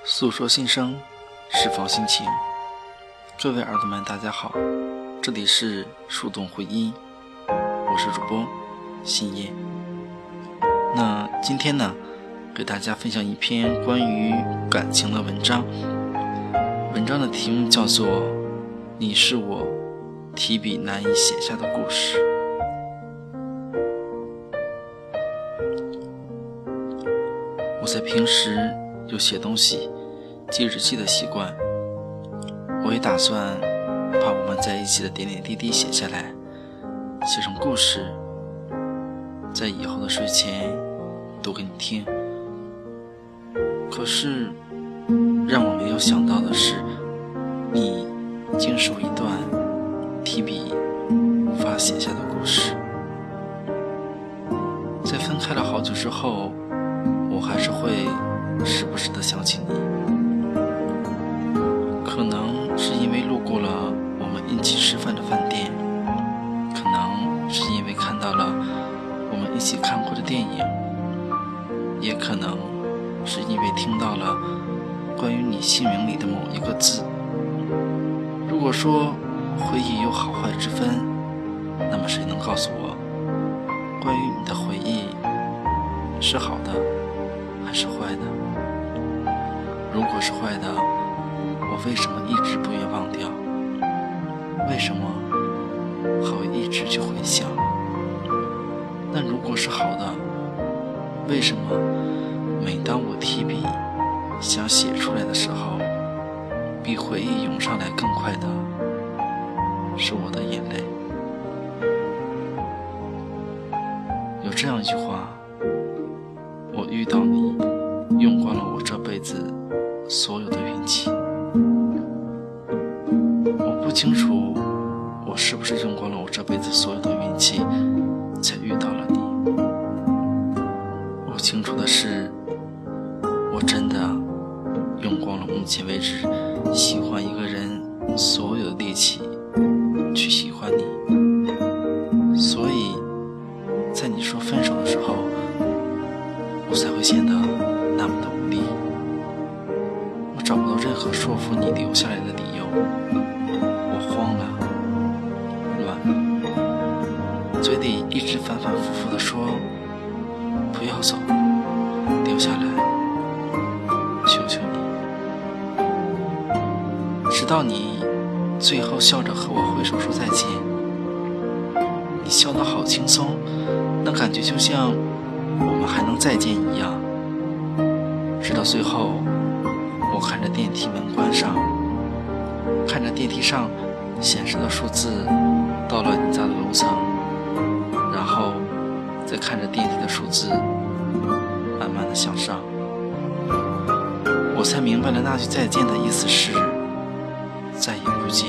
诉说心声，释放心情。各位耳朵们大家好，这里是树洞回音，我是主播新叶。那今天呢，给大家分享一篇关于感情的文章。文章的题目叫做你是我提笔难以写下的故事。我在平时有写东西记日记的习惯，我也打算把我们在一起的点点滴滴写下来，写成故事，在以后的睡前读给你听。可是让我没有想到的是，你竟是我一段提笔无法写下的故事。在分开了好久之后，我还是会时不时地想起你，可能是因为路过了我们一起吃饭的饭店，可能是因为看到了我们一起看过的电影，也可能是因为听到了关于你姓名里的某一个字。如果说回忆有好坏之分，那么谁能告诉我，关于你的回忆是好的还是坏的？如果是坏的，我为什么一直不愿忘掉？为什么还会一直去回想？那如果是好的，为什么每当我提笔想写出来的时候，比回忆涌上来更快的是我的眼泪？有这样一句话，我遇到你用光了我这辈子所有的运气。我不清楚我是不是用光了我这辈子所有的运气才遇到了你。我清楚的是，我真的用光了目前为止喜欢一个人所有的力气去喜欢你。所以在你说分手的时候，我才会显得那么的无力。我找不到任何说服你留下来的理由，我慌了，乱了，嘴里一直反反复复地说不要走，留下来，求求你。直到你最后笑着和我挥手说再见，你笑得好轻松，那感觉就像我们还能再见一样。直到最后，我看着电梯门关上，看着电梯上显示的数字到了你家的楼层，然后再看着电梯的数字慢慢的向上，我才明白了那句再见的意思是再也不见。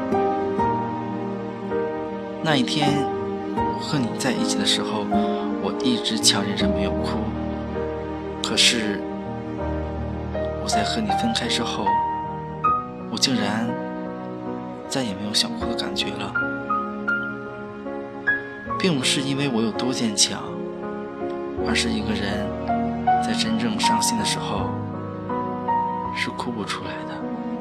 那一天和你在一起的时候，我一直强忍着没有哭，可是我在和你分开之后，我竟然再也没有想哭的感觉了。并不是因为我有多坚强，而是一个人在真正伤心的时候是哭不出来的。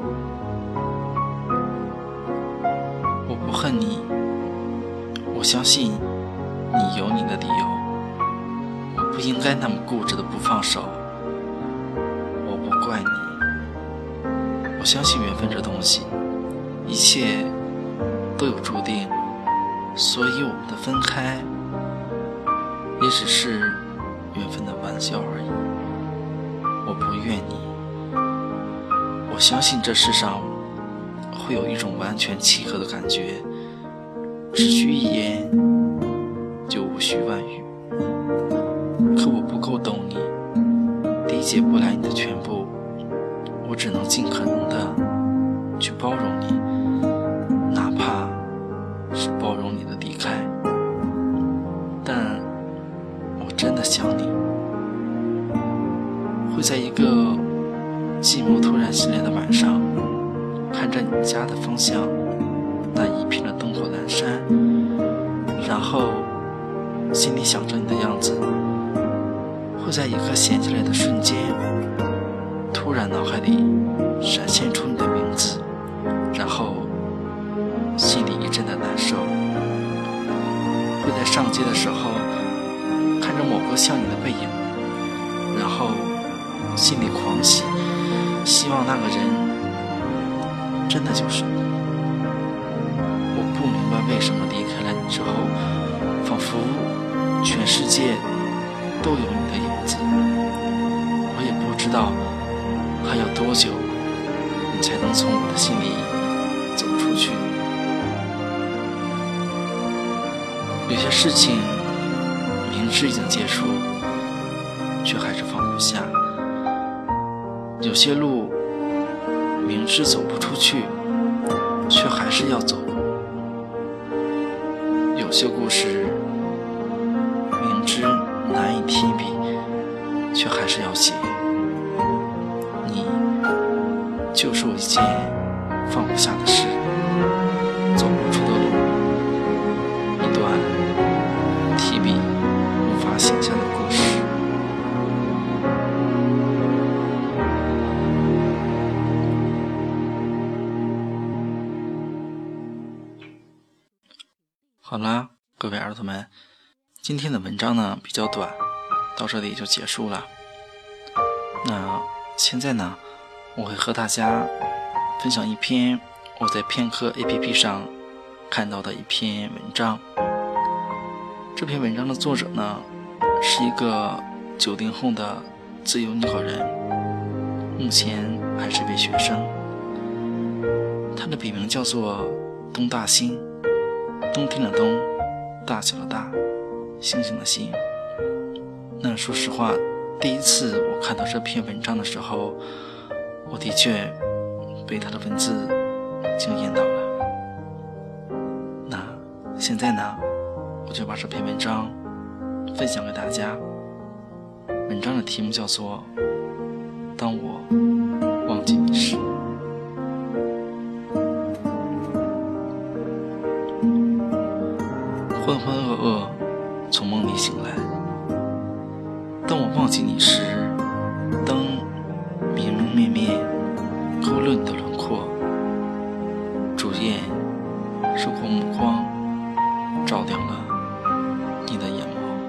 我不恨你，我相信你有你的理由，我不应该那么固执的不放手。我不怪你，我相信缘分这东西，一切都有注定，所以我们的分开也只是缘分的玩笑而已。我不怨你，我相信这世上会有一种完全契合的感觉，只需一言就无需万语。可我不够懂你，理解不来你的全部，我只能尽可能的去包容你，哪怕是包容你的离开。但我真的想你，会在一个寂寞突然袭来的晚上，看着你家的方向那一片的灯火阑珊，然后心里想着你的样子，会在一个闲下来的瞬间突然脑海里闪现出你的名字，然后心里一阵的难受。会在上街的时候看着某个像你的背影，然后心里狂喜，希望那个人真的就是你。我不明白为什么离开了你之后，仿佛全世界都有你的影子。我也不知道还要多久你才能从我的心里走出去。有些事情明知已经结束，却还是放不下；有些路明知走不出去，却还是要走；有些故事明知难以提笔，却还是要写。你就是我一件放不下的事，走不出的路，一段提笔无法写下的故事。好啦，各位儿童们，今天的文章呢比较短，到这里就结束了。那现在呢，我会和大家分享一篇我在片刻 APP 上看到的一篇文章。这篇文章的作者呢是一个90后的自由女稿人，目前还是位学生。他的笔名叫做东大星，冬天的冬，大小的大，星星的星。那说实话，第一次我看到这篇文章的时候，我的确被他的文字惊艳到了。那现在呢，我就把这篇文章分享给大家。文章的题目叫做《当我忘记你时》。浑浑噩噩从梦里醒来，当我忘记你时，灯明明灭灭，勾勒你的轮廓，烛焰透过目光，照亮了你的眼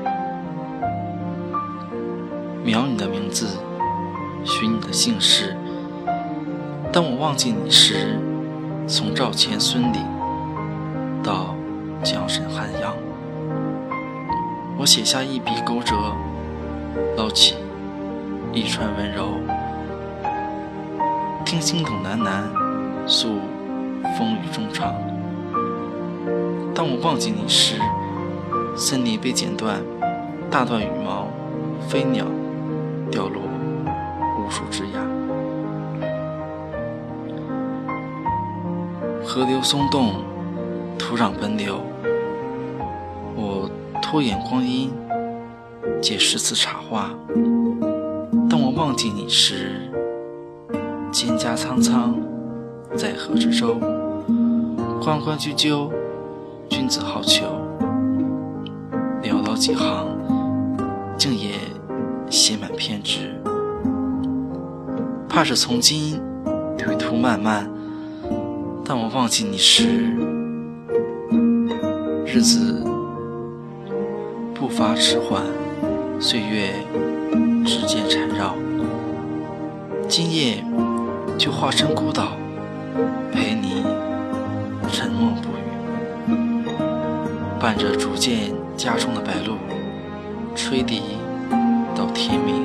眸。描你的名字，寻你的姓氏，当我忘记你时，从赵钱孙李到江沈汉阳，我写下一笔勾折，捞起一串温柔，听星斗喃喃，诉风雨中长。当我忘记你时，森林被剪断，大段羽毛，飞鸟掉落无数枝桠，河流松动，土壤奔流，我拖延光阴，借诗词插画。当我忘记你时，蒹葭苍苍，在河之洲，关关雎鸠，君子好逑。寥寥几行，竟也写满偏执。怕是从今旅途漫漫，当我忘记你时，日子步伐迟缓，岁月指尖缠绕。今夜就化身孤岛，陪你沉默不语，伴着逐渐加重的白露，吹笛到天明。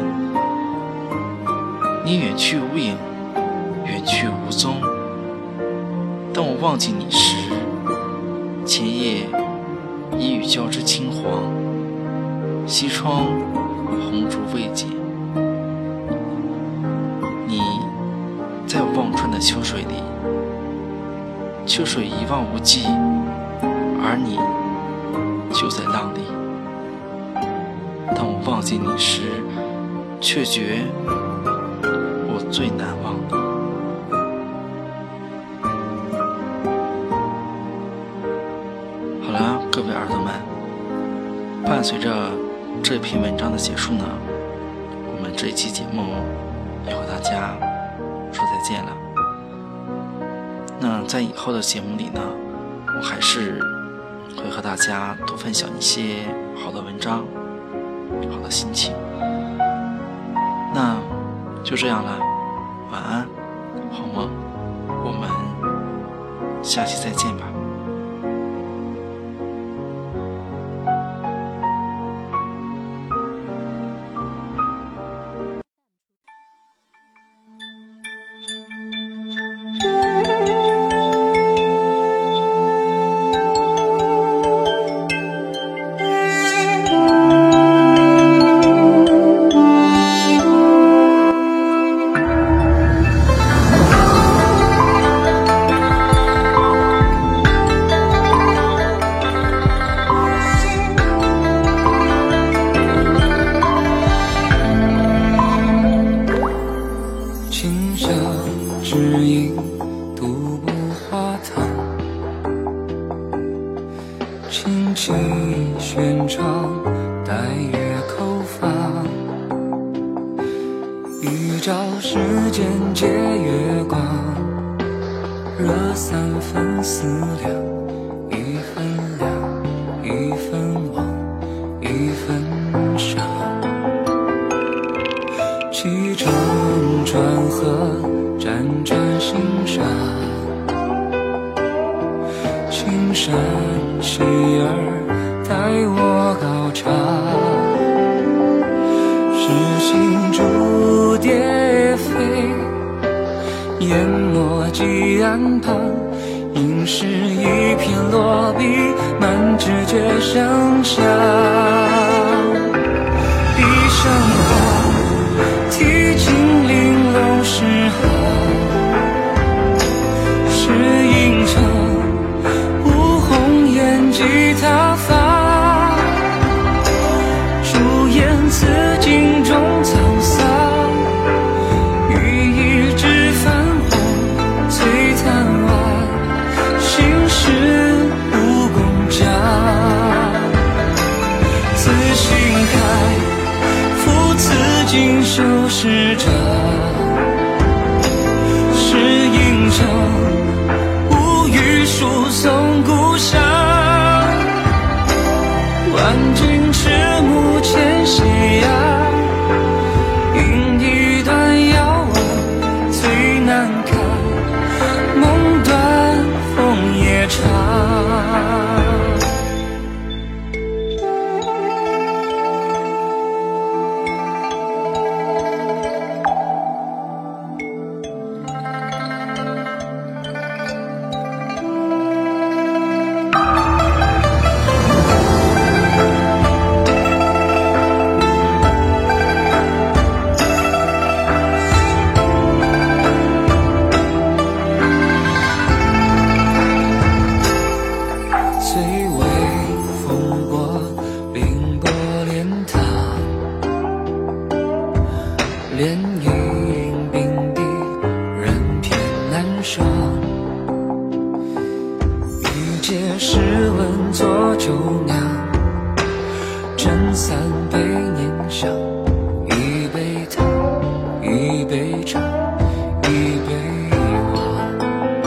你远去无影，远去无踪。当我忘记你时，前夜已与交织青黄，西窗红烛未解。你在我忘川的秋水里，秋水一望无际，而你就在浪里。当我忘记你时，却觉我最难忘你。好了，各位儿童们，伴随着这篇文章的结束呢，我们这一期节目要和大家说再见了。那在以后的节目里呢，我还是会和大家多分享一些好的文章，好的心情。那就这样了，晚安，好梦，我们下期再见吧。 轻骑轩窗，待月扣房。一朝时间借月光，热3分思量，1分凉，1分忘，1分伤。启程转河，辗转心上。青山细儿待我高唱，诗行逐蝶飞，淹没几岸旁。应是一片落笔，满纸绝声响。一声号，提金玲珑诗行，是映成吉他房，朱颜辞镜中沧桑，羽衣之泛红，璀璨晚，心事无功章。自行开，赴此锦绣诗章，是映成无语书颂故乡。万径赤目牵夕阳，饮一段遥望最难看，梦断风也长。莲影并蒂，人偏难双。欲借诗文作酒酿，斟3杯念想。一杯汤，一杯茶，一杯忘。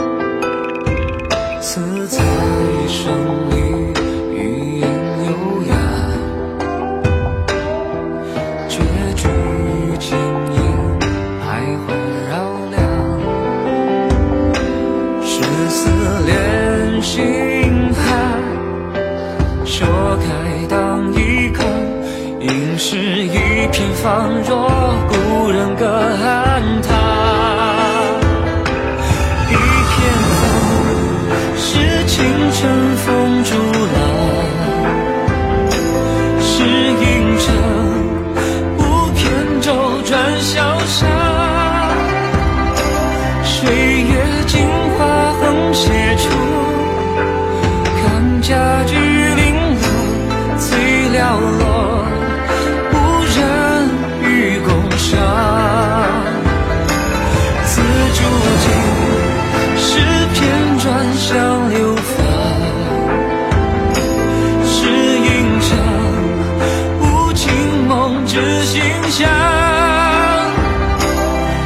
此在声里，语言悠扬。绝句轻盈，徘徊绕梁。是思恋心寒，说开当一空，应是一片仿若故人隔岸塘。一片风，是清晨风逐浪，是映成周转潇洒，岁月镜花横写出，看家具玲珑最寥落，无人与共赏。自注尽，诗篇转向流芳，是映成无情梦之心香。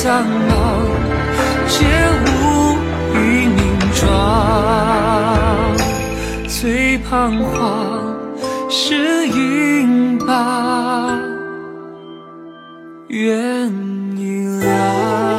苍茫，皆无以名状。最彷徨是云把远已凉。